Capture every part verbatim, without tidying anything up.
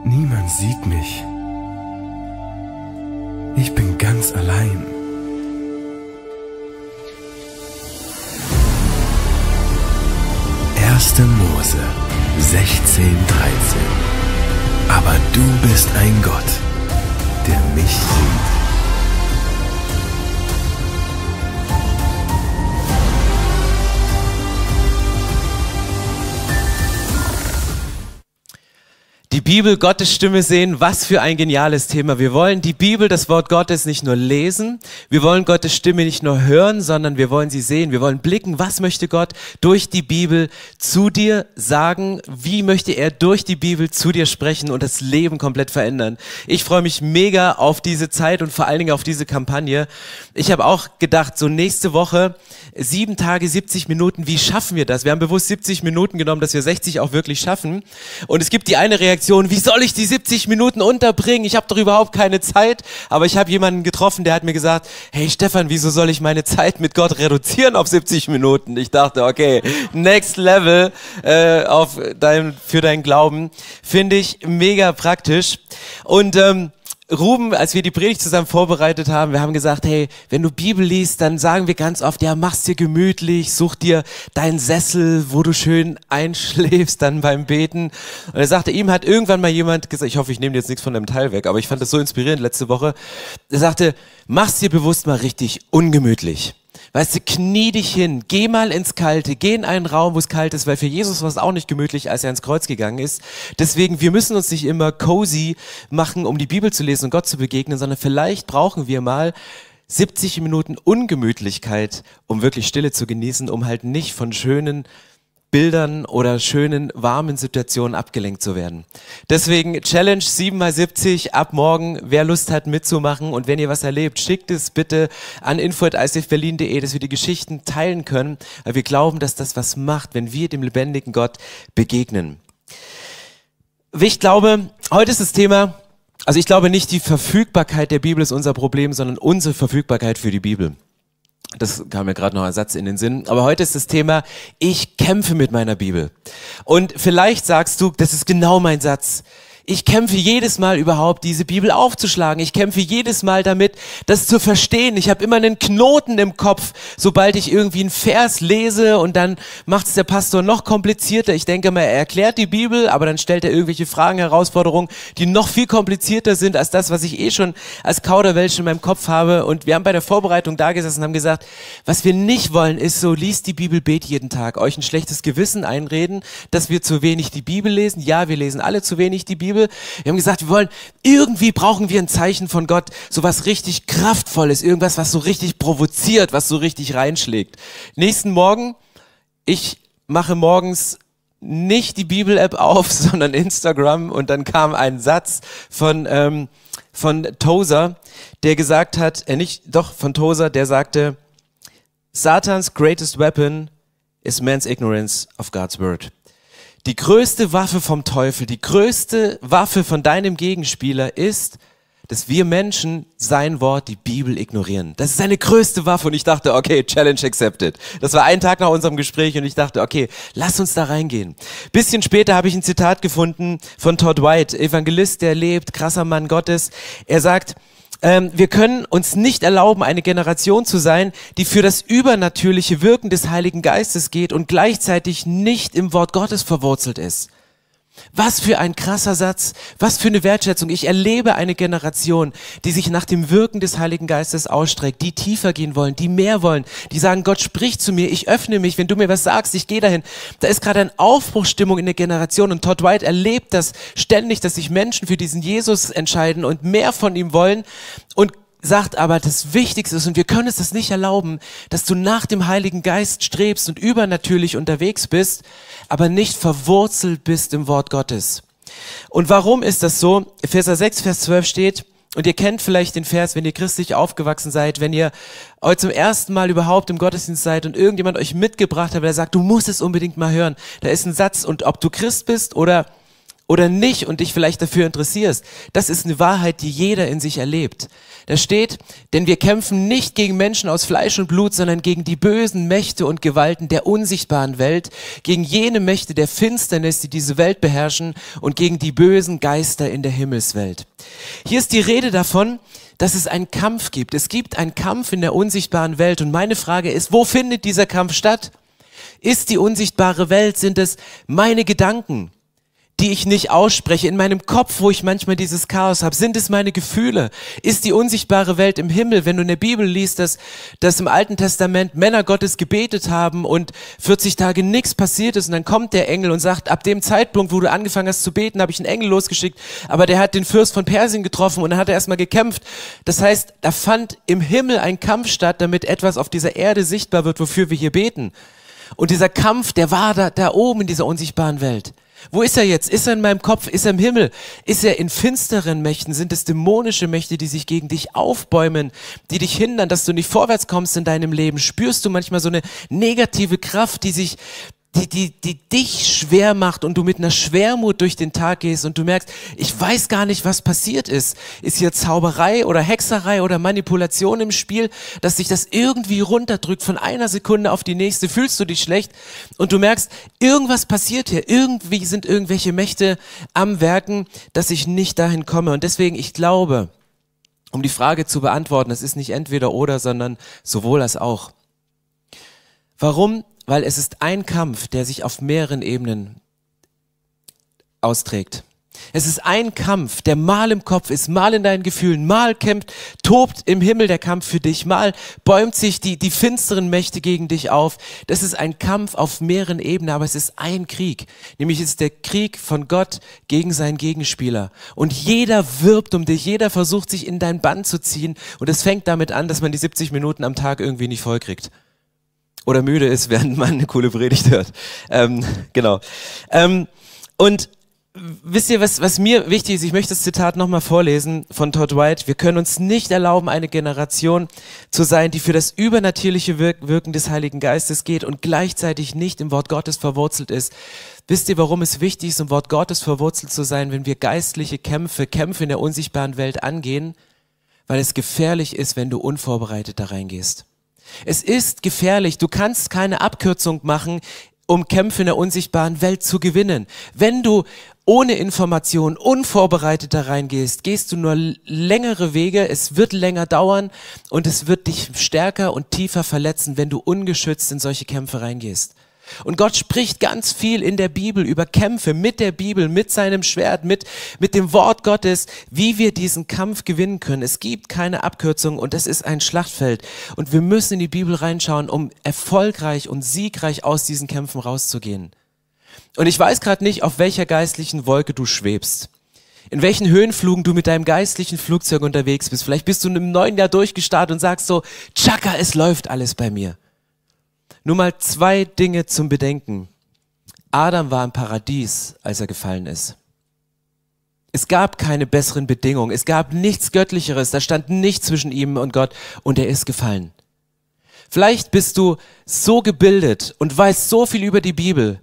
Niemand sieht mich. Ich bin ganz allein. erster Mose sechzehn, dreizehn. Aber du bist ein Gott, der mich sieht. Die Bibel, Gottes Stimme sehen, was für ein geniales Thema. Wir wollen die Bibel, das Wort Gottes, nicht nur lesen, wir wollen Gottes Stimme nicht nur hören, sondern wir wollen sie sehen. Wir wollen blicken, was möchte Gott durch die Bibel zu dir sagen, wie möchte er durch die Bibel zu dir sprechen und das Leben komplett verändern. Ich freue mich mega auf diese Zeit und vor allen Dingen auf diese Kampagne. Ich habe auch gedacht, so nächste Woche, sieben Tage, siebzig Minuten, wie schaffen wir das? Wir haben bewusst siebzig Minuten genommen, dass wir sechzig auch wirklich schaffen. Und es gibt die eine Reaktion, wie soll ich die siebzig Minuten unterbringen? Ich habe doch überhaupt keine Zeit. Aber ich habe jemanden getroffen, der hat mir gesagt, hey Stefan, wieso soll ich meine Zeit mit Gott reduzieren auf siebzig Minuten? Ich dachte, okay, next level äh, auf dein, für deinen Glauben. Finde ich mega praktisch. Und ähm, Ruben, als wir die Predigt zusammen vorbereitet haben, wir haben gesagt, hey, wenn du Bibel liest, dann sagen wir ganz oft, ja, mach's dir gemütlich, such dir deinen Sessel, wo du schön einschläfst dann beim Beten. Und er sagte, ihm hat irgendwann mal jemand gesagt, ich hoffe, ich nehme dir jetzt nichts von dem Teil weg, aber ich fand das so inspirierend letzte Woche. Er sagte, mach's dir bewusst mal richtig ungemütlich. Weißt du, knie dich hin, geh mal ins Kalte, geh in einen Raum, wo es kalt ist, weil für Jesus war es auch nicht gemütlich, als er ins Kreuz gegangen ist. Deswegen, wir müssen uns nicht immer cozy machen, um die Bibel zu lesen und Gott zu begegnen, sondern vielleicht brauchen wir mal siebzig Minuten Ungemütlichkeit, um wirklich Stille zu genießen, um halt nicht von schönen Bildern oder schönen, warmen Situationen abgelenkt zu werden. Deswegen Challenge sieben mal siebzig ab morgen, wer Lust hat mitzumachen und wenn ihr was erlebt, schickt es bitte an info at i c f berlin punkt d e, dass wir die Geschichten teilen können, weil wir glauben, dass das was macht, wenn wir dem lebendigen Gott begegnen. Ich glaube, heute ist das Thema, also ich glaube nicht, die Verfügbarkeit der Bibel ist unser Problem, sondern unsere Verfügbarkeit für die Bibel. Das kam mir gerade noch ein Satz in den Sinn. Aber heute ist das Thema, ich kämpfe mit meiner Bibel. Und vielleicht sagst du, das ist genau mein Satz. Ich kämpfe jedes Mal überhaupt, diese Bibel aufzuschlagen. Ich kämpfe jedes Mal damit, das zu verstehen. Ich habe immer einen Knoten im Kopf, sobald ich irgendwie einen Vers lese und dann macht es der Pastor noch komplizierter. Ich denke mal, er erklärt die Bibel, aber dann stellt er irgendwelche Fragen, Herausforderungen, die noch viel komplizierter sind als das, was ich eh schon als Kauderwelsch in meinem Kopf habe. Und wir haben bei der Vorbereitung da gesessen und haben gesagt, was wir nicht wollen, ist so, liest die Bibel, bet jeden Tag. Euch ein schlechtes Gewissen einreden, dass wir zu wenig die Bibel lesen. Ja, wir lesen alle zu wenig die Bibel. Wir haben gesagt, wir wollen, irgendwie brauchen wir ein Zeichen von Gott, so was richtig Kraftvolles, irgendwas, was so richtig provoziert, was so richtig reinschlägt. Nächsten Morgen, ich mache morgens nicht die Bibel-App auf, sondern Instagram und dann kam ein Satz von, ähm, von Tozer, der gesagt hat, äh, nicht, doch, von Tozer, der sagte, Satans greatest weapon is man's ignorance of God's word. Die größte Waffe vom Teufel, die größte Waffe von deinem Gegenspieler ist, dass wir Menschen sein Wort, die Bibel, ignorieren. Das ist seine größte Waffe und ich dachte, okay, Challenge accepted. Das war ein Tag nach unserem Gespräch und ich dachte, okay, lass uns da reingehen. Bisschen später habe ich ein Zitat gefunden von Todd White, Evangelist, der lebt, krasser Mann Gottes. Er sagt, Ähm, wir können uns nicht erlauben, eine Generation zu sein, die für das übernatürliche Wirken des Heiligen Geistes geht und gleichzeitig nicht im Wort Gottes verwurzelt ist. Was für ein krasser Satz, was für eine Wertschätzung. Ich erlebe eine Generation, die sich nach dem Wirken des Heiligen Geistes ausstreckt, die tiefer gehen wollen, die mehr wollen, die sagen, Gott spricht zu mir, ich öffne mich, wenn du mir was sagst, ich gehe dahin. Da ist gerade eine Aufbruchsstimmung in der Generation und Todd White erlebt das ständig, dass sich Menschen für diesen Jesus entscheiden und mehr von ihm wollen und sagt aber, das Wichtigste ist, und wir können es das nicht erlauben, dass du nach dem Heiligen Geist strebst und übernatürlich unterwegs bist, aber nicht verwurzelt bist im Wort Gottes. Und warum ist das so? Epheser sechs, Vers zwölf steht, und ihr kennt vielleicht den Vers, wenn ihr christlich aufgewachsen seid, wenn ihr heute zum ersten Mal überhaupt im Gottesdienst seid und irgendjemand euch mitgebracht hat, der sagt, du musst es unbedingt mal hören. Da ist ein Satz, und ob du Christ bist oder oder nicht und dich vielleicht dafür interessierst, das ist eine Wahrheit, die jeder in sich erlebt. Da steht, denn wir kämpfen nicht gegen Menschen aus Fleisch und Blut, sondern gegen die bösen Mächte und Gewalten der unsichtbaren Welt, gegen jene Mächte der Finsternis, die diese Welt beherrschen und gegen die bösen Geister in der Himmelswelt. Hier ist die Rede davon, dass es einen Kampf gibt. Es gibt einen Kampf in der unsichtbaren Welt und meine Frage ist, wo findet dieser Kampf statt? Ist die unsichtbare Welt, sind es meine Gedanken, die ich nicht ausspreche, in meinem Kopf, wo ich manchmal dieses Chaos habe? Sind es meine Gefühle? Ist die unsichtbare Welt im Himmel? Wenn du in der Bibel liest, dass, dass im Alten Testament Männer Gottes gebetet haben und vierzig Tage nichts passiert ist und dann kommt der Engel und sagt, ab dem Zeitpunkt, wo du angefangen hast zu beten, habe ich einen Engel losgeschickt, aber der hat den Fürst von Persien getroffen und dann hat er erstmal gekämpft. Das heißt, da fand im Himmel ein Kampf statt, damit etwas auf dieser Erde sichtbar wird, wofür wir hier beten. Und dieser Kampf, der war da, da oben in dieser unsichtbaren Welt. Wo ist er jetzt? Ist er in meinem Kopf? Ist er im Himmel? Ist er in finsteren Mächten? Sind es dämonische Mächte, die sich gegen dich aufbäumen, die dich hindern, dass du nicht vorwärts kommst in deinem Leben? Spürst du manchmal so eine negative Kraft, die sich, die, die, die dich schwer macht und du mit einer Schwermut durch den Tag gehst und du merkst, ich weiß gar nicht, was passiert ist. Ist hier Zauberei oder Hexerei oder Manipulation im Spiel, dass sich das irgendwie runterdrückt von einer Sekunde auf die nächste, fühlst du dich schlecht und du merkst, irgendwas passiert hier, irgendwie sind irgendwelche Mächte am Werken, dass ich nicht dahin komme. Und deswegen, ich glaube, um die Frage zu beantworten, es ist nicht entweder oder, sondern sowohl als auch. Warum? Weil es ist ein Kampf, der sich auf mehreren Ebenen austrägt. Es ist ein Kampf, der mal im Kopf ist, mal in deinen Gefühlen, mal kämpft, tobt im Himmel der Kampf für dich, mal bäumt sich die, die finsteren Mächte gegen dich auf. Das ist ein Kampf auf mehreren Ebenen, aber es ist ein Krieg. Nämlich es ist der Krieg von Gott gegen seinen Gegenspieler. Und jeder wirbt um dich, jeder versucht sich in dein Bann zu ziehen. Und es fängt damit an, dass man die siebzig Minuten am Tag irgendwie nicht vollkriegt. Oder müde ist, während man eine coole Predigt hört. Ähm, genau. Ähm, und wisst ihr, was, was mir wichtig ist? Ich möchte das Zitat nochmal vorlesen von Todd White. Wir können uns nicht erlauben, eine Generation zu sein, die für das übernatürliche Wirken des Heiligen Geistes geht und gleichzeitig nicht im Wort Gottes verwurzelt ist. Wisst ihr, warum es wichtig ist, im Wort Gottes verwurzelt zu sein, wenn wir geistliche Kämpfe, Kämpfe in der unsichtbaren Welt angehen? Weil es gefährlich ist, wenn du unvorbereitet da reingehst. Es ist gefährlich. Du kannst keine Abkürzung machen, um Kämpfe in der unsichtbaren Welt zu gewinnen. Wenn du ohne Information, unvorbereitet da reingehst, gehst du nur längere Wege, es wird länger dauern und es wird dich stärker und tiefer verletzen, wenn du ungeschützt in solche Kämpfe reingehst. Und Gott spricht ganz viel in der Bibel über Kämpfe mit der Bibel, mit seinem Schwert, mit, mit dem Wort Gottes, wie wir diesen Kampf gewinnen können. Es gibt keine Abkürzung und es ist ein Schlachtfeld. Und wir müssen in die Bibel reinschauen, um erfolgreich und siegreich aus diesen Kämpfen rauszugehen. Und ich weiß gerade nicht, auf welcher geistlichen Wolke du schwebst. In welchen Höhenflugen du mit deinem geistlichen Flugzeug unterwegs bist. Vielleicht bist du im neuen Jahr durchgestartet und sagst so, tschakka, es läuft alles bei mir. Nur mal zwei Dinge zum Bedenken. Adam war im Paradies, als er gefallen ist. Es gab keine besseren Bedingungen, es gab nichts Göttlicheres, da stand nichts zwischen ihm und Gott und er ist gefallen. Vielleicht bist du so gebildet und weißt so viel über die Bibel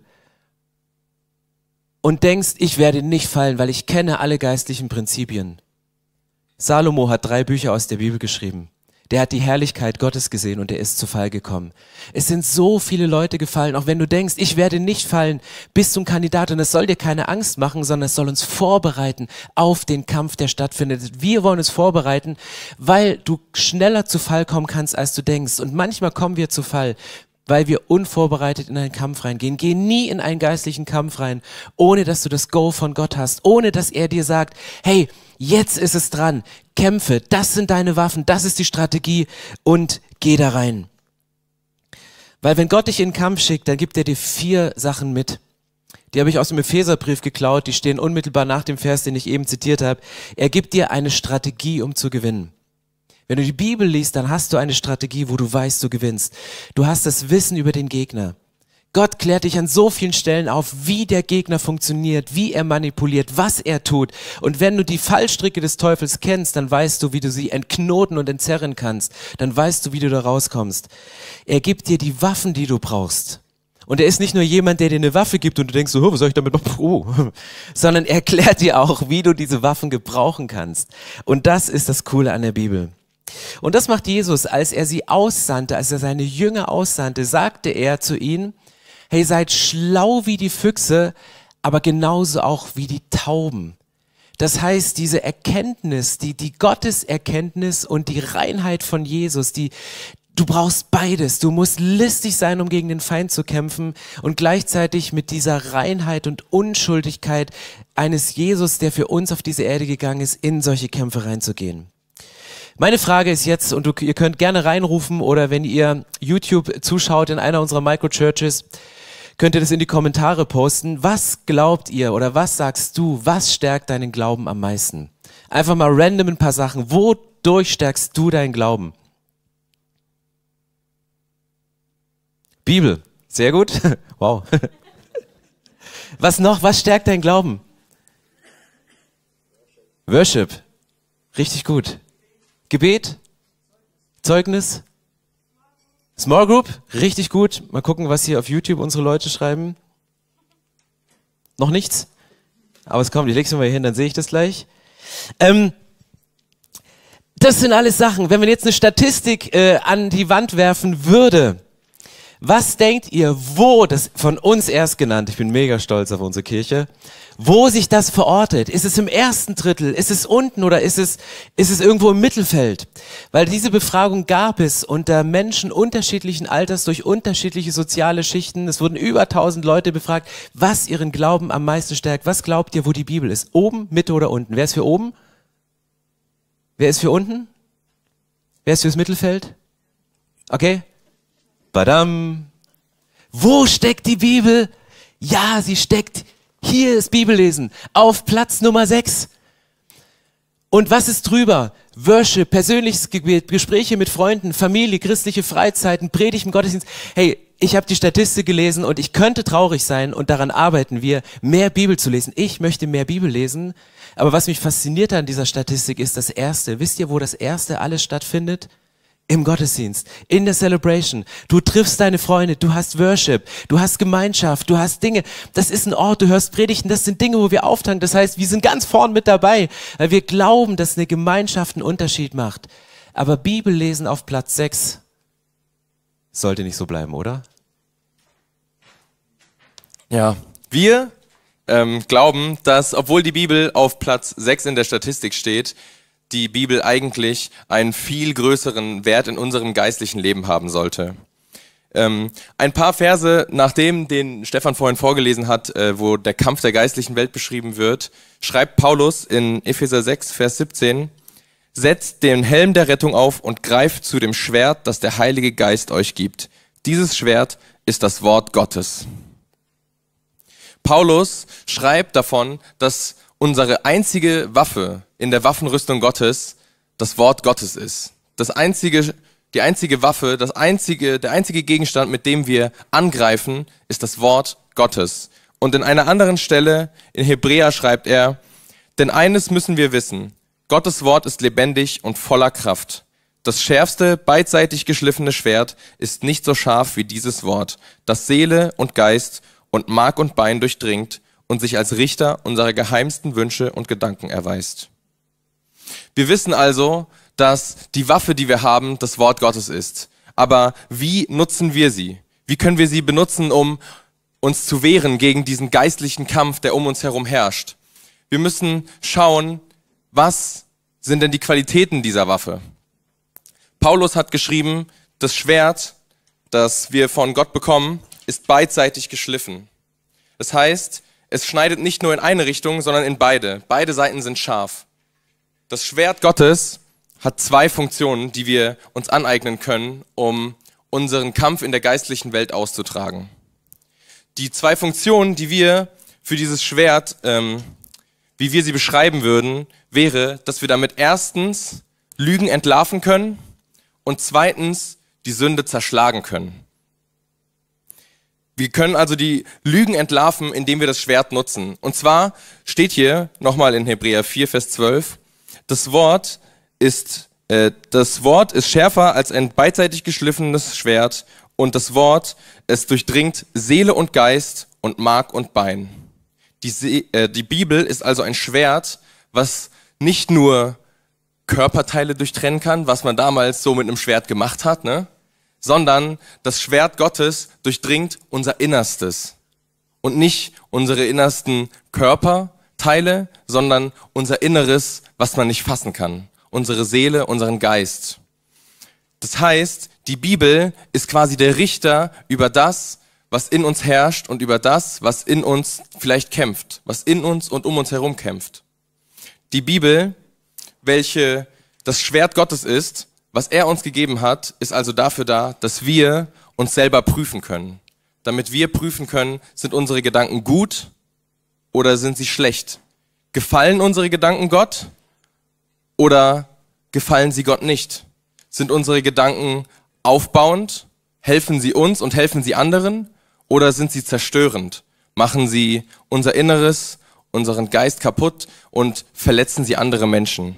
und denkst, ich werde nicht fallen, weil ich kenne alle geistlichen Prinzipien. Salomo hat drei Bücher aus der Bibel geschrieben. Der hat die Herrlichkeit Gottes gesehen und er ist zu Fall gekommen. Es sind so viele Leute gefallen, auch wenn du denkst, ich werde nicht fallen, bist du ein Kandidat und es soll dir keine Angst machen, sondern es soll uns vorbereiten auf den Kampf, der stattfindet. Wir wollen uns vorbereiten, weil du schneller zu Fall kommen kannst, als du denkst. Und manchmal kommen wir zu Fall, weil wir unvorbereitet in einen Kampf reingehen. Geh nie in einen geistlichen Kampf rein, ohne dass du das Go von Gott hast, ohne dass er dir sagt, hey, jetzt ist es dran, kämpfe, das sind deine Waffen, das ist die Strategie und geh da rein. Weil wenn Gott dich in den Kampf schickt, dann gibt er dir vier Sachen mit. Die habe ich aus dem Epheserbrief geklaut, die stehen unmittelbar nach dem Vers, den ich eben zitiert habe. Er gibt dir eine Strategie, um zu gewinnen. Wenn du die Bibel liest, dann hast du eine Strategie, wo du weißt, du gewinnst. Du hast das Wissen über den Gegner. Gott klärt dich an so vielen Stellen auf, wie der Gegner funktioniert, wie er manipuliert, was er tut. Und wenn du die Fallstricke des Teufels kennst, dann weißt du, wie du sie entknoten und entzerren kannst. Dann weißt du, wie du da rauskommst. Er gibt dir die Waffen, die du brauchst, Und er ist nicht nur jemand, der dir eine Waffe gibt und du denkst so, oh, was soll ich damit machen? Oh. Sondern er erklärt dir auch, wie du diese Waffen gebrauchen kannst. Und das ist das Coole an der Bibel. Und das macht Jesus, als er sie aussandte, als er seine Jünger aussandte, sagte er zu ihnen, hey, seid schlau wie die Füchse, aber genauso auch wie die Tauben. Das heißt, diese Erkenntnis, die, die Gotteserkenntnis und die Reinheit von Jesus, die, du brauchst beides. Du musst listig sein, um gegen den Feind zu kämpfen und gleichzeitig mit dieser Reinheit und Unschuldigkeit eines Jesus, der für uns auf diese Erde gegangen ist, in solche Kämpfe reinzugehen. Meine Frage ist jetzt, und du, ihr könnt gerne reinrufen oder wenn ihr YouTube zuschaut in einer unserer Microchurches, könnt ihr das in die Kommentare posten. Was glaubt ihr oder was sagst du, was stärkt deinen Glauben am meisten? Einfach mal random ein paar Sachen. Wodurch stärkst du deinen Glauben? Bibel. Sehr gut. Wow. Was noch? Was stärkt deinen Glauben? Worship. Richtig gut. Gebet? Zeugnis? Small Group? Richtig gut. Mal gucken, was hier auf YouTube unsere Leute schreiben. Noch nichts? Aber es kommt, ich leg's mir mal hier hin, dann sehe ich das gleich. Ähm, das sind alles Sachen. Wenn man jetzt eine Statistik äh, an die Wand werfen würde, was denkt ihr, wo, das von uns erst genannt, ich bin mega stolz auf unsere Kirche, wo sich das verortet? Ist es im ersten Drittel? Ist es unten oder ist es, ist es irgendwo im Mittelfeld? Weil diese Befragung gab es unter Menschen unterschiedlichen Alters durch unterschiedliche soziale Schichten. Es wurden über tausend Leute befragt, was ihren Glauben am meisten stärkt. Was glaubt ihr, wo die Bibel ist? Oben, Mitte oder unten? Wer ist für oben? Wer ist für unten? Wer ist fürs Mittelfeld? Okay. Badam. Wo steckt die Bibel? Ja, sie steckt, hier ist Bibellesen, auf Platz Nummer sechs. Und was ist drüber? Worship, persönliches Gebet, Gespräche mit Freunden, Familie, christliche Freizeiten, Predigt im Gottesdienst. Hey, ich habe die Statistik gelesen und ich könnte traurig sein und daran arbeiten wir, mehr Bibel zu lesen. Ich möchte mehr Bibel lesen, aber was mich fasziniert an dieser Statistik ist das Erste. Wisst ihr, wo das Erste alles stattfindet? Im Gottesdienst, in der Celebration. Du triffst deine Freunde, du hast Worship, du hast Gemeinschaft, du hast Dinge. Das ist ein Ort, du hörst Predigten, das sind Dinge, wo wir auftanken. Das heißt, wir sind ganz vorn mit dabei, weil wir glauben, dass eine Gemeinschaft einen Unterschied macht. Aber Bibellesen auf Platz sechs sollte nicht so bleiben, oder? Ja, wir ähm, glauben, dass, obwohl die Bibel auf Platz sechs in der Statistik steht, die Bibel eigentlich einen viel größeren Wert in unserem geistlichen Leben haben sollte. Ähm, ein paar Verse, nachdem den Stefan vorhin vorgelesen hat, äh, wo der Kampf der geistlichen Welt beschrieben wird, schreibt Paulus in Epheser sechs, Vers siebzehn, setzt den Helm der Rettung auf und greift zu dem Schwert, das der Heilige Geist euch gibt. Dieses Schwert ist das Wort Gottes. Paulus schreibt davon, dass unsere einzige Waffe in der Waffenrüstung Gottes das Wort Gottes ist. Das einzige, die einzige Waffe, das einzige, der einzige Gegenstand, mit dem wir angreifen, ist das Wort Gottes. Und in einer anderen Stelle, in Hebräer schreibt er, denn eines müssen wir wissen, Gottes Wort ist lebendig und voller Kraft. Das schärfste, beidseitig geschliffene Schwert ist nicht so scharf wie dieses Wort, das Seele und Geist und Mark und Bein durchdringt und sich als Richter unserer geheimsten Wünsche und Gedanken erweist. Wir wissen also, dass die Waffe, die wir haben, das Wort Gottes ist. Aber wie nutzen wir sie? Wie können wir sie benutzen, um uns zu wehren gegen diesen geistlichen Kampf, der um uns herum herrscht? Wir müssen schauen, was sind denn die Qualitäten dieser Waffe? Paulus hat geschrieben, das Schwert, das wir von Gott bekommen, ist beidseitig geschliffen. Das heißt, es schneidet nicht nur in eine Richtung, sondern in beide. Beide Seiten sind scharf. Das Schwert Gottes hat zwei Funktionen, die wir uns aneignen können, um unseren Kampf in der geistlichen Welt auszutragen. Die zwei Funktionen, die wir für dieses Schwert, ähm, wie wir sie beschreiben würden, wäre, dass wir damit erstens Lügen entlarven können und zweitens die Sünde zerschlagen können. Wir können also die Lügen entlarven, indem wir das Schwert nutzen. Und zwar steht hier nochmal in Hebräer vier, Vers zwölf, das Wort ist, äh, das Wort ist schärfer als ein beidseitig geschliffenes Schwert Und das Wort, es durchdringt Seele und Geist und Mark und Bein. Die, See, äh, die Bibel ist also ein Schwert, was nicht nur Körperteile durchtrennen kann, was man damals so mit einem Schwert gemacht hat, ne? Sondern das Schwert Gottes durchdringt unser Innerstes. Und nicht unsere innersten Körperteile, sondern unser Inneres, was man nicht fassen kann. Unsere Seele, unseren Geist. Das heißt, die Bibel ist quasi der Richter über das, was in uns herrscht und über das, was in uns vielleicht kämpft, was in uns und um uns herum kämpft. Die Bibel, welche das Schwert Gottes ist, was er uns gegeben hat, ist also dafür da, dass wir uns selber prüfen können. Damit wir prüfen können, sind unsere Gedanken gut oder sind sie schlecht? Gefallen unsere Gedanken Gott oder gefallen sie Gott nicht? Sind unsere Gedanken aufbauend? Helfen sie uns und helfen sie anderen? Oder sind sie zerstörend? Machen sie unser Inneres, unseren Geist kaputt und verletzen sie andere Menschen?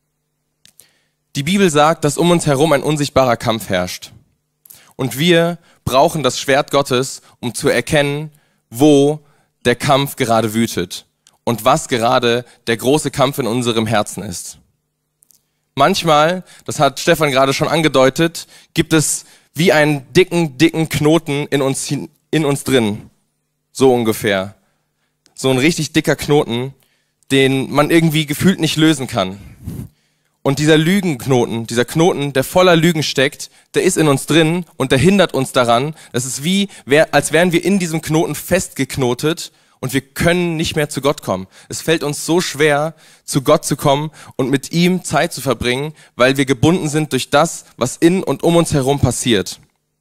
Die Bibel sagt, dass um uns herum ein unsichtbarer Kampf herrscht. Und wir brauchen das Schwert Gottes, um zu erkennen, wo der Kampf gerade wütet und was gerade der große Kampf in unserem Herzen ist. Manchmal, das hat Stefan gerade schon angedeutet, gibt es wie einen dicken, dicken Knoten in uns, in uns drin. So ungefähr. So ein richtig dicker Knoten, den man irgendwie gefühlt nicht lösen kann. Und dieser Lügenknoten, dieser Knoten, der voller Lügen steckt, der ist in uns drin und der hindert uns daran. Das ist wie, als wären wir in diesem Knoten festgeknotet und wir können nicht mehr zu Gott kommen. Es fällt uns so schwer, zu Gott zu kommen und mit ihm Zeit zu verbringen, weil wir gebunden sind durch das, was in und um uns herum passiert.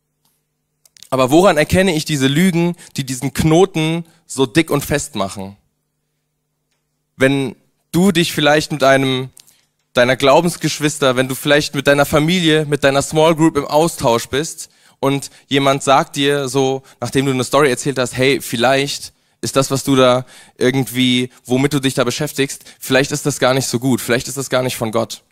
Aber woran erkenne ich diese Lügen, die diesen Knoten so dick und fest machen? Wenn du dich vielleicht mit einem deiner Glaubensgeschwister, wenn du vielleicht mit deiner Familie, mit deiner Small Group im Austausch bist und jemand sagt dir so, nachdem du eine Story erzählt hast, hey, vielleicht ist das, was du da irgendwie, womit du dich da beschäftigst, vielleicht ist das gar nicht so gut, vielleicht ist das gar nicht von Gott.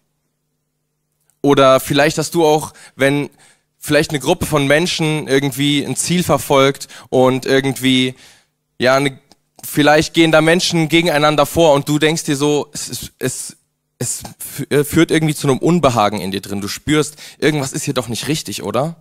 Oder vielleicht hast du auch, wenn vielleicht eine Gruppe von Menschen irgendwie ein Ziel verfolgt und irgendwie, ja, eine, vielleicht gehen da Menschen gegeneinander vor und du denkst dir so, es, es Es führt irgendwie zu einem Unbehagen in dir drin. Du spürst, irgendwas ist hier doch nicht richtig, oder?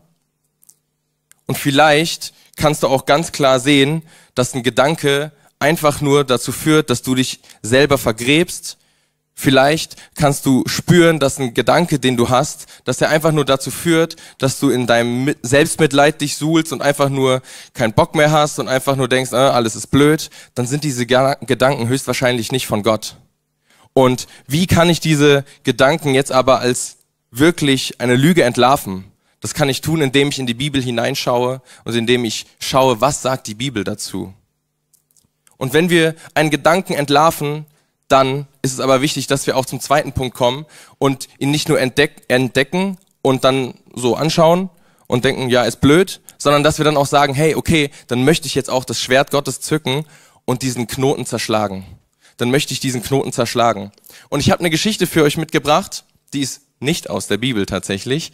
Und vielleicht kannst du auch ganz klar sehen, dass ein Gedanke einfach nur dazu führt, dass du dich selber vergräbst. Vielleicht kannst du spüren, dass ein Gedanke, den du hast, dass er einfach nur dazu führt, dass du in deinem Selbstmitleid dich suhlst und einfach nur keinen Bock mehr hast und einfach nur denkst, äh, alles ist blöd. Dann sind diese Gedanken höchstwahrscheinlich nicht von Gott. Und wie kann ich diese Gedanken jetzt aber als wirklich eine Lüge entlarven? Das kann ich tun, indem ich in die Bibel hineinschaue und indem ich schaue, was sagt die Bibel dazu. Und wenn wir einen Gedanken entlarven, dann ist es aber wichtig, dass wir auch zum zweiten Punkt kommen und ihn nicht nur entdeck- entdecken und dann so anschauen und denken, ja, ist blöd, sondern dass wir dann auch sagen, hey, okay, dann möchte ich jetzt auch das Schwert Gottes zücken und diesen Knoten zerschlagen. Dann möchte ich diesen Knoten zerschlagen. Und ich habe eine Geschichte für euch mitgebracht, die ist nicht aus der Bibel tatsächlich,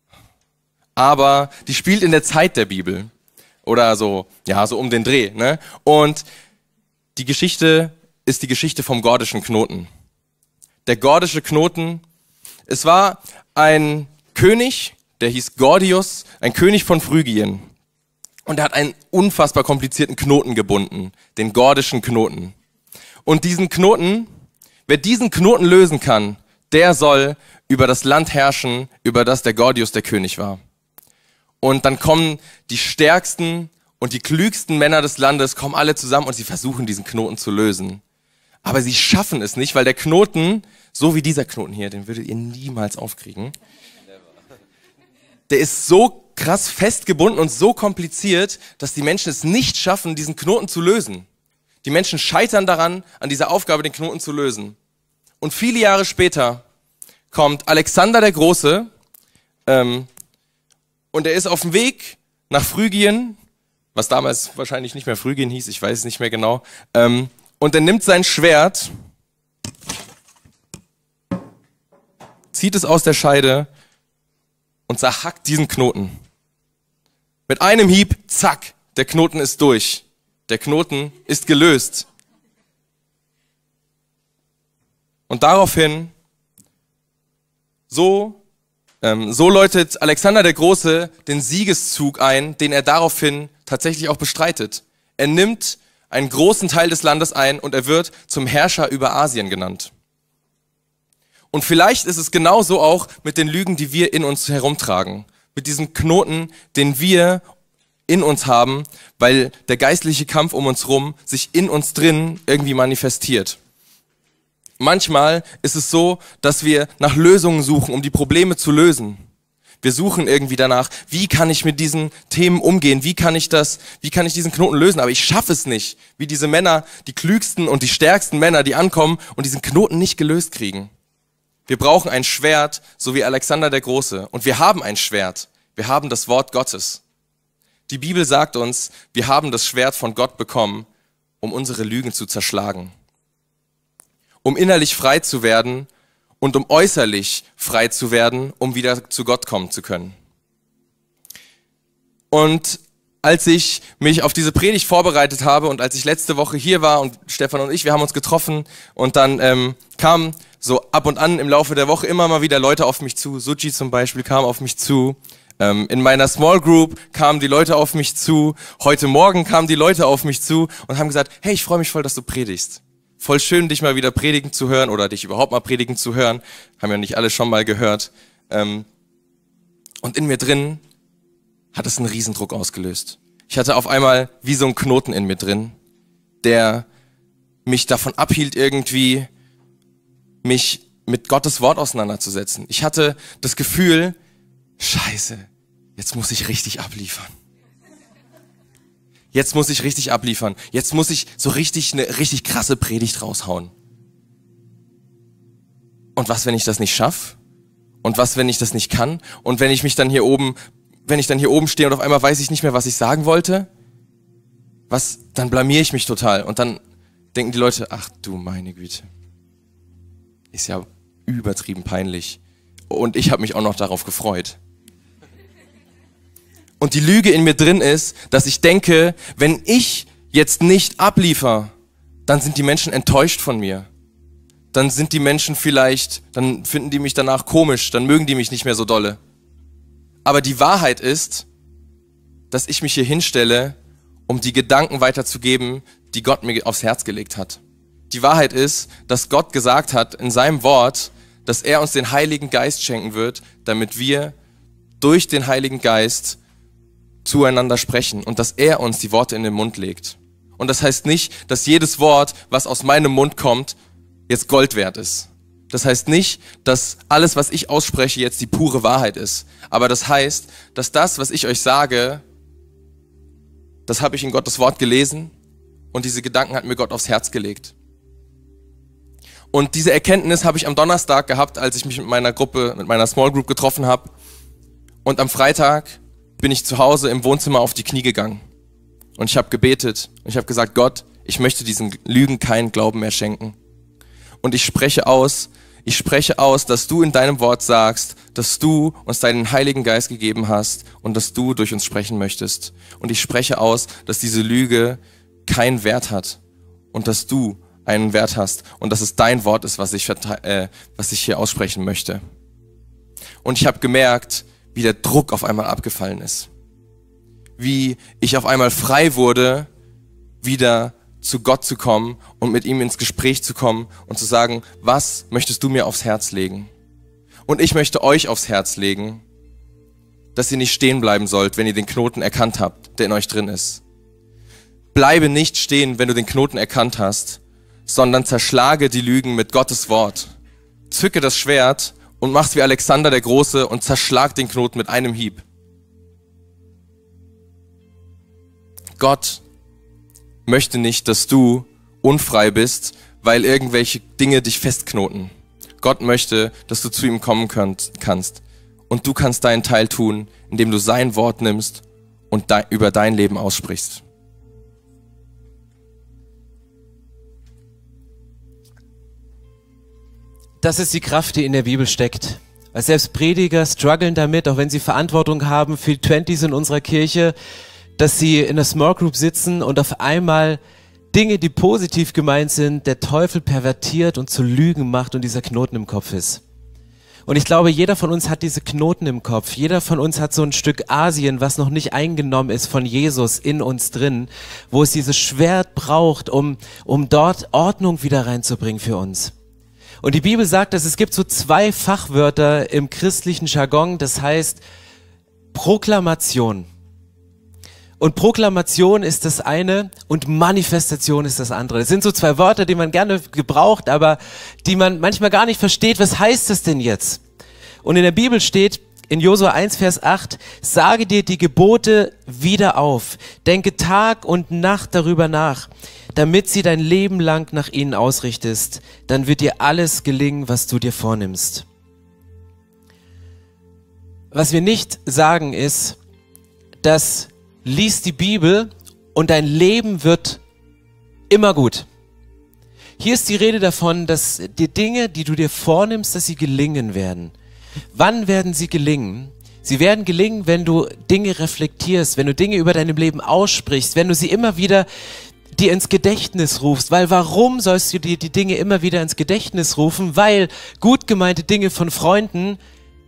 aber die spielt in der Zeit der Bibel. Oder so, ja, so um den Dreh, ne? Und die Geschichte ist die Geschichte vom gordischen Knoten. Der gordische Knoten, es war ein König, der hieß Gordius, ein König von Phrygien. Und er hat einen unfassbar komplizierten Knoten gebunden, den gordischen Knoten. Und diesen Knoten, wer diesen Knoten lösen kann, der soll über das Land herrschen, über das der Gordius der König war. Und dann kommen die stärksten und die klügsten Männer des Landes, kommen alle zusammen und sie versuchen, diesen Knoten zu lösen. Aber sie schaffen es nicht, weil der Knoten, so wie dieser Knoten hier, den würdet ihr niemals aufkriegen, der ist so krass festgebunden und so kompliziert, dass die Menschen es nicht schaffen, diesen Knoten zu lösen. Die Menschen scheitern daran, an dieser Aufgabe, den Knoten zu lösen. Und viele Jahre später kommt Alexander der Große ähm, und er ist auf dem Weg nach Phrygien, was damals wahrscheinlich nicht mehr Phrygien hieß, ich weiß es nicht mehr genau, ähm, und er nimmt sein Schwert, zieht es aus der Scheide und zerhackt diesen Knoten. Mit einem Hieb, zack, der Knoten ist durch. Der Knoten ist gelöst. Und daraufhin, so, ähm, so läutet Alexander der Große den Siegeszug ein, den er daraufhin tatsächlich auch bestreitet. Er nimmt einen großen Teil des Landes ein und er wird zum Herrscher über Asien genannt. Und vielleicht ist es genauso auch mit den Lügen, die wir in uns herumtragen. Mit diesem Knoten, den wir in uns haben, weil der geistliche Kampf um uns rum sich in uns drin irgendwie manifestiert. Manchmal ist es so, dass wir nach Lösungen suchen, um die Probleme zu lösen. Wir suchen irgendwie danach, wie kann ich mit diesen Themen umgehen, wie kann ich das, wie kann ich diesen Knoten lösen, aber ich schaffe es nicht, wie diese Männer, die klügsten und die stärksten Männer, die ankommen und diesen Knoten nicht gelöst kriegen. Wir brauchen ein Schwert, so wie Alexander der Große, und wir haben ein Schwert, wir haben das Wort Gottes. Die Bibel sagt uns, wir haben das Schwert von Gott bekommen, um unsere Lügen zu zerschlagen, um innerlich frei zu werden und um äußerlich frei zu werden, um wieder zu Gott kommen zu können. Und als ich mich auf diese Predigt vorbereitet habe und als ich letzte Woche hier war und Stefan und ich, wir haben uns getroffen und dann ähm, kamen so ab und an im Laufe der Woche immer mal wieder Leute auf mich zu. Suji zum Beispiel kam auf mich zu. Ähm, in meiner Small Group kamen die Leute auf mich zu. Heute Morgen kamen die Leute auf mich zu und haben gesagt, hey, ich freue mich voll, dass du predigst. Voll schön, dich mal wieder predigen zu hören oder dich überhaupt mal predigen zu hören. Haben ja nicht alle schon mal gehört. Ähm, und in mir drin hat es einen Riesendruck ausgelöst. Ich hatte auf einmal wie so einen Knoten in mir drin, der mich davon abhielt, irgendwie mich mit Gottes Wort auseinanderzusetzen. Ich hatte das Gefühl, Scheiße, jetzt muss ich richtig abliefern. Jetzt muss ich richtig abliefern. Jetzt muss ich so richtig eine richtig krasse Predigt raushauen. Und was, wenn ich das nicht schaffe? Und was, wenn ich das nicht kann? Und wenn ich mich dann hier oben, wenn ich dann hier oben stehe und auf einmal weiß ich nicht mehr, was ich sagen wollte? Was, dann blamiere ich mich total. Und dann denken die Leute, ach du meine Güte. Ist ja übertrieben peinlich. Und ich habe mich auch noch darauf gefreut. Und die Lüge in mir drin ist, dass ich denke, wenn ich jetzt nicht abliefer, dann sind die Menschen enttäuscht von mir. Dann sind die Menschen vielleicht, dann finden die mich danach komisch, dann mögen die mich nicht mehr so dolle. Aber die Wahrheit ist, dass ich mich hier hinstelle, um die Gedanken weiterzugeben, die Gott mir aufs Herz gelegt hat. Die Wahrheit ist, dass Gott gesagt hat in seinem Wort, dass er uns den Heiligen Geist schenken wird, damit wir durch den Heiligen Geist zueinander sprechen und dass er uns die Worte in den Mund legt. Und das heißt nicht, dass jedes Wort, was aus meinem Mund kommt, jetzt Gold wert ist. Das heißt nicht, dass alles, was ich ausspreche, jetzt die pure Wahrheit ist. Aber das heißt, dass das, was ich euch sage, das habe ich in Gottes Wort gelesen und diese Gedanken hat mir Gott aufs Herz gelegt. Und diese Erkenntnis habe ich am Donnerstag gehabt, als ich mich mit meiner Gruppe, mit meiner Small Group getroffen habe. Und am Freitag bin ich zu Hause im Wohnzimmer auf die Knie gegangen. Und ich habe gebetet und ich habe gesagt, Gott, ich möchte diesen Lügen keinen Glauben mehr schenken. Und ich spreche aus, ich spreche aus, dass du in deinem Wort sagst, dass du uns deinen Heiligen Geist gegeben hast und dass du durch uns sprechen möchtest. Und ich spreche aus, dass diese Lüge keinen Wert hat und dass du einen Wert hast und dass es dein Wort ist, was ich, äh, was ich hier aussprechen möchte. Und ich habe gemerkt, wie der Druck auf einmal abgefallen ist. Wie ich auf einmal frei wurde, wieder zu Gott zu kommen und mit ihm ins Gespräch zu kommen und zu sagen, was möchtest du mir aufs Herz legen? Und ich möchte euch aufs Herz legen, dass ihr nicht stehen bleiben sollt, wenn ihr den Knoten erkannt habt, der in euch drin ist. Bleibe nicht stehen, wenn du den Knoten erkannt hast, sondern zerschlage die Lügen mit Gottes Wort. Zücke das Schwert und mach's wie Alexander der Große und zerschlag den Knoten mit einem Hieb. Gott möchte nicht, dass du unfrei bist, weil irgendwelche Dinge dich festknoten. Gott möchte, dass du zu ihm kommen kannst. Und du kannst deinen Teil tun, indem du sein Wort nimmst und de- über dein Leben aussprichst. Das ist die Kraft, die in der Bibel steckt. Weil selbst Prediger strugglen damit, auch wenn sie Verantwortung haben für Twenties in unserer Kirche, dass sie in einer Small Group sitzen und auf einmal Dinge, die positiv gemeint sind, der Teufel pervertiert und zu Lügen macht und dieser Knoten im Kopf ist. Und ich glaube, jeder von uns hat diese Knoten im Kopf. Jeder von uns hat so ein Stück Asien, was noch nicht eingenommen ist von Jesus in uns drin, wo es dieses Schwert braucht, um, um dort Ordnung wieder reinzubringen für uns. Und die Bibel sagt, dass es gibt so zwei Fachwörter im christlichen Jargon, das heißt Proklamation. Und Proklamation ist das eine und Manifestation ist das andere. Das sind so zwei Wörter, die man gerne gebraucht, aber die man manchmal gar nicht versteht. Was heißt das denn jetzt? Und in der Bibel steht in Josua eins, Vers acht, sage dir die Gebote wieder auf, denke Tag und Nacht darüber nach, damit sie dein Leben lang nach ihnen ausrichtest. Dann wird dir alles gelingen, was du dir vornimmst. Was wir nicht sagen ist, dass lies die Bibel und dein Leben wird immer gut. Hier ist die Rede davon, dass die Dinge, die du dir vornimmst, dass sie gelingen werden. Wann werden sie gelingen? Sie werden gelingen, wenn du Dinge reflektierst, wenn du Dinge über deinem Leben aussprichst, wenn du sie immer wieder dir ins Gedächtnis rufst. Weil warum sollst du dir die Dinge immer wieder ins Gedächtnis rufen? Weil gut gemeinte Dinge von Freunden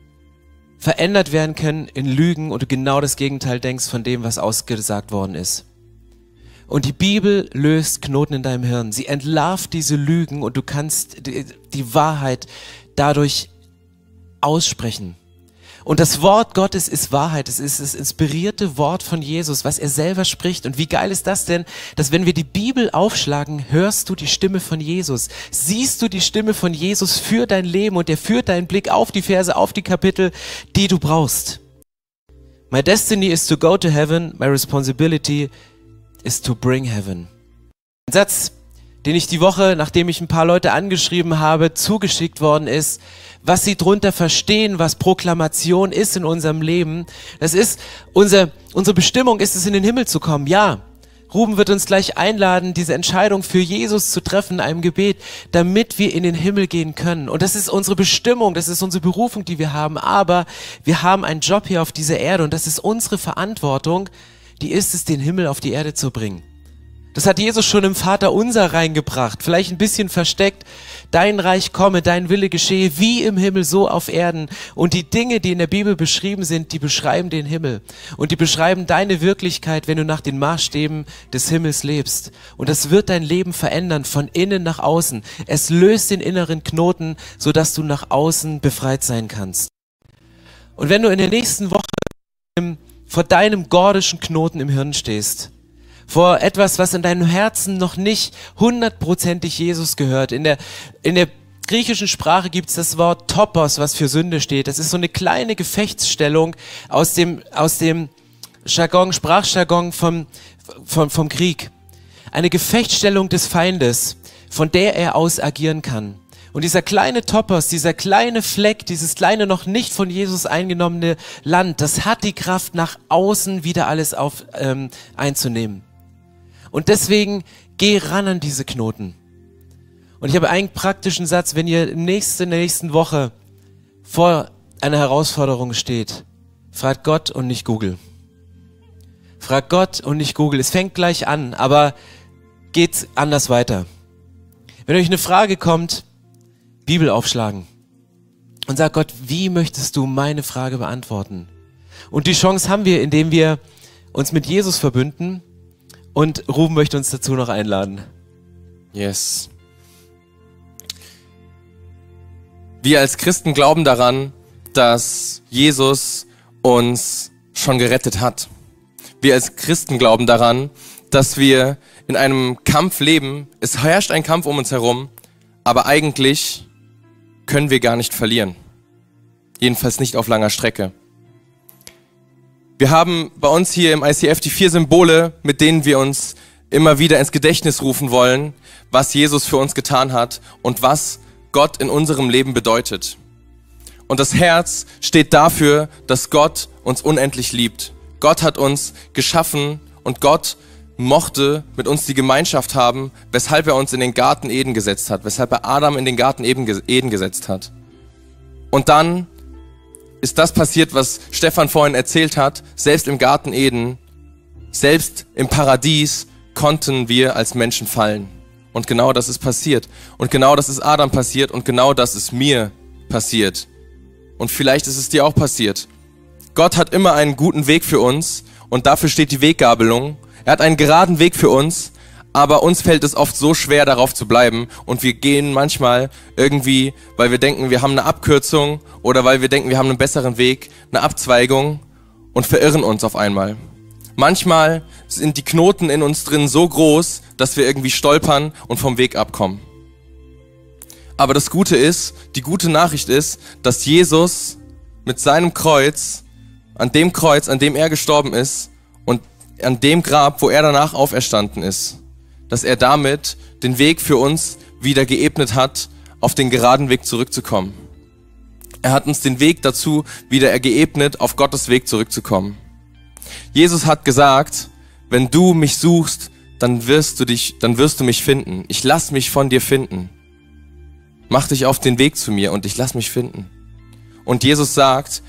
verändert werden können in Lügen und du genau das Gegenteil denkst von dem, was ausgesagt worden ist. Und die Bibel löst Knoten in deinem Hirn. Sie entlarvt diese Lügen und du kannst die, die Wahrheit dadurch aussprechen. Und das Wort Gottes ist Wahrheit. Es ist das inspirierte Wort von Jesus, was er selber spricht. Und wie geil ist das denn, dass wenn wir die Bibel aufschlagen, hörst du die Stimme von Jesus. Siehst du die Stimme von Jesus für dein Leben und er führt deinen Blick auf die Verse, auf die Kapitel, die du brauchst. My destiny is to go to heaven. My responsibility is to bring heaven. Ein Satz, den ich die Woche, nachdem ich ein paar Leute angeschrieben habe, zugeschickt worden ist, was sie drunter verstehen, was Proklamation ist in unserem Leben. Das ist, unser, unsere Bestimmung ist es, in den Himmel zu kommen. Ja, Ruben wird uns gleich einladen, diese Entscheidung für Jesus zu treffen in einem Gebet, damit wir in den Himmel gehen können. Und das ist unsere Bestimmung, das ist unsere Berufung, die wir haben. Aber wir haben einen Job hier auf dieser Erde und das ist unsere Verantwortung, die ist es, den Himmel auf die Erde zu bringen. Das hat Jesus schon im Vaterunser reingebracht, vielleicht ein bisschen versteckt. Dein Reich komme, dein Wille geschehe, wie im Himmel, so auf Erden. Und die Dinge, die in der Bibel beschrieben sind, die beschreiben den Himmel. Und die beschreiben deine Wirklichkeit, wenn du nach den Maßstäben des Himmels lebst. Und das wird dein Leben verändern, von innen nach außen. Es löst den inneren Knoten, sodass du nach außen befreit sein kannst. Und wenn du in der nächsten Woche vor deinem gordischen Knoten im Hirn stehst, vor etwas, was in deinem Herzen noch nicht hundertprozentig Jesus gehört. In der, in der griechischen Sprache gibt es das Wort Topos, was für Sünde steht. Das ist so eine kleine Gefechtsstellung aus dem, aus dem Jargon, Sprachjargon vom, vom, vom Krieg. Eine Gefechtsstellung des Feindes, von der er aus agieren kann. Und dieser kleine Topos, dieser kleine Fleck, dieses kleine noch nicht von Jesus eingenommene Land, das hat die Kraft, nach außen wieder alles auf, ähm, einzunehmen. Und deswegen geh ran an diese Knoten. Und ich habe einen praktischen Satz, wenn ihr nächste, in der nächsten Woche vor einer Herausforderung steht, fragt Gott und nicht Google. Fragt Gott und nicht Google. Es fängt gleich an, aber geht anders weiter. Wenn euch eine Frage kommt, Bibel aufschlagen und sagt Gott, wie möchtest du meine Frage beantworten? Und die Chance haben wir, indem wir uns mit Jesus verbünden. Und Ruben möchte uns dazu noch einladen. Yes. Wir als Christen glauben daran, dass Jesus uns schon gerettet hat. Wir als Christen glauben daran, dass wir in einem Kampf leben. Es herrscht ein Kampf um uns herum, aber eigentlich können wir gar nicht verlieren. Jedenfalls nicht auf langer Strecke. Wir haben bei uns hier im I C F die vier Symbole, mit denen wir uns immer wieder ins Gedächtnis rufen wollen, was Jesus für uns getan hat und was Gott in unserem Leben bedeutet. Und das Herz steht dafür, dass Gott uns unendlich liebt. Gott hat uns geschaffen und Gott mochte mit uns die Gemeinschaft haben, weshalb er uns in den Garten Eden gesetzt hat, weshalb er Adam in den Garten Eden gesetzt hat. Und dann ist das passiert, was Stefan vorhin erzählt hat. Selbst im Garten Eden, selbst im Paradies konnten wir als Menschen fallen. Und genau das ist passiert. Und genau das ist Adam passiert und genau das ist mir passiert. Und vielleicht ist es dir auch passiert. Gott hat immer einen guten Weg für uns und dafür steht die Weggabelung. Er hat einen geraden Weg für uns, aber uns fällt es oft so schwer, darauf zu bleiben und wir gehen manchmal irgendwie, weil wir denken, wir haben eine Abkürzung oder weil wir denken, wir haben einen besseren Weg, eine Abzweigung und verirren uns auf einmal. Manchmal sind die Knoten in uns drin so groß, dass wir irgendwie stolpern und vom Weg abkommen. Aber das Gute ist, die gute Nachricht ist, dass Jesus mit seinem Kreuz, an dem Kreuz, an dem er gestorben ist und an dem Grab, wo er danach auferstanden ist, dass er damit den Weg für uns wieder geebnet hat, auf den geraden Weg zurückzukommen. Er hat uns den Weg dazu wieder geebnet, auf Gottes Weg zurückzukommen. Jesus hat gesagt, wenn du mich suchst, dann wirst du dich, dann wirst du mich finden. Ich lass mich von dir finden. Mach dich auf den Weg zu mir und ich lass mich finden. Und Jesus sagt,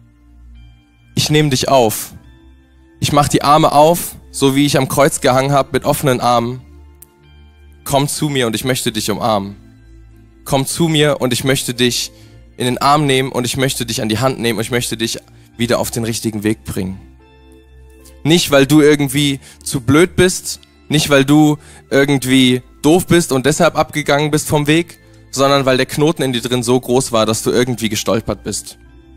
ich nehme dich auf. Ich mach die Arme auf, so wie ich am Kreuz gehangen habe, mit offenen Armen. Komm zu mir und ich möchte dich umarmen. Komm zu mir und ich möchte dich in den Arm nehmen und ich möchte dich an die Hand nehmen und ich möchte dich wieder auf den richtigen Weg bringen. Nicht, weil du irgendwie zu blöd bist, nicht, weil du irgendwie doof bist und deshalb abgegangen bist vom Weg, sondern weil der Knoten in dir drin so groß war, dass du irgendwie gestolpert bist.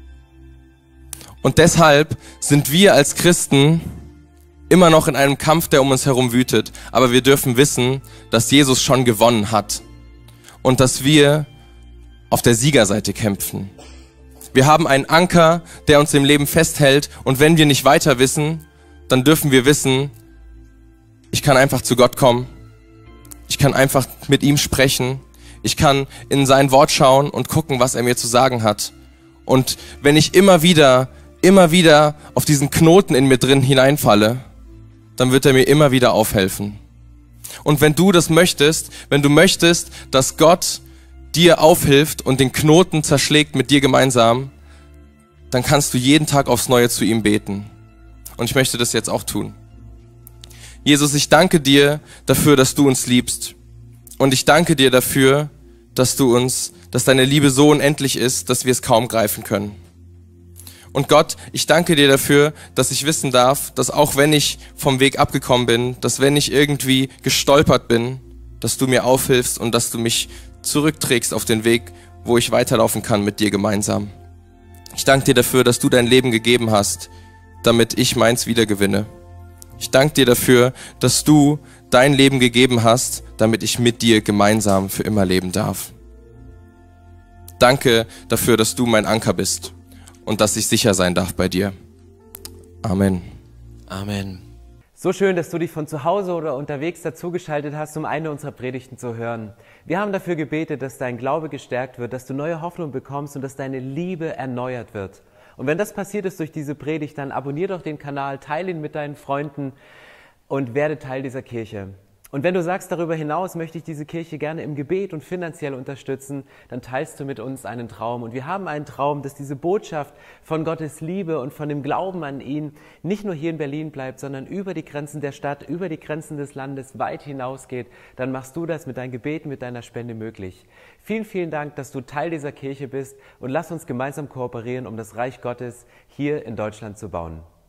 Und deshalb sind wir als Christen immer noch in einem Kampf, der um uns herum wütet. Aber wir dürfen wissen, dass Jesus schon gewonnen hat und dass wir auf der Siegerseite kämpfen. Wir haben einen Anker, der uns im Leben festhält und wenn wir nicht weiter wissen, dann dürfen wir wissen, ich kann einfach zu Gott kommen, ich kann einfach mit ihm sprechen, ich kann in sein Wort schauen und gucken, was er mir zu sagen hat. Und wenn ich immer wieder, immer wieder auf diesen Knoten in mir drin hineinfalle, dann wird er mir immer wieder aufhelfen. Und wenn du das möchtest, wenn du möchtest, dass Gott dir aufhilft und den Knoten zerschlägt mit dir gemeinsam, dann kannst du jeden Tag aufs Neue zu ihm beten. Und ich möchte das jetzt auch tun. Jesus, ich danke dir dafür, dass du uns liebst. Und ich danke dir dafür, dass du uns, dass deine Liebe so unendlich ist, dass wir es kaum greifen können. Und Gott, ich danke dir dafür, dass ich wissen darf, dass auch wenn ich vom Weg abgekommen bin, dass wenn ich irgendwie gestolpert bin, dass du mir aufhilfst und dass du mich zurückträgst auf den Weg, wo ich weiterlaufen kann mit dir gemeinsam. Ich danke dir dafür, dass du dein Leben gegeben hast, damit ich meins wiedergewinne. Ich danke dir dafür, dass du dein Leben gegeben hast, damit ich mit dir gemeinsam für immer leben darf. Danke dafür, dass du mein Anker bist und dass ich sicher sein darf bei dir. Amen. Amen. So schön, dass du dich von zu Hause oder unterwegs dazugeschaltet hast, um eine unserer Predigten zu hören. Wir haben dafür gebetet, dass dein Glaube gestärkt wird, dass du neue Hoffnung bekommst und dass deine Liebe erneuert wird. Und wenn das passiert ist durch diese Predigt, dann abonnier doch den Kanal, teile ihn mit deinen Freunden und werde Teil dieser Kirche. Und wenn du sagst, darüber hinaus möchte ich diese Kirche gerne im Gebet und finanziell unterstützen, dann teilst du mit uns einen Traum. Und wir haben einen Traum, dass diese Botschaft von Gottes Liebe und von dem Glauben an ihn nicht nur hier in Berlin bleibt, sondern über die Grenzen der Stadt, über die Grenzen des Landes weit hinausgeht. Dann machst du das mit deinen Gebeten, mit deiner Spende möglich. Vielen, vielen Dank, dass du Teil dieser Kirche bist und lass uns gemeinsam kooperieren, um das Reich Gottes hier in Deutschland zu bauen.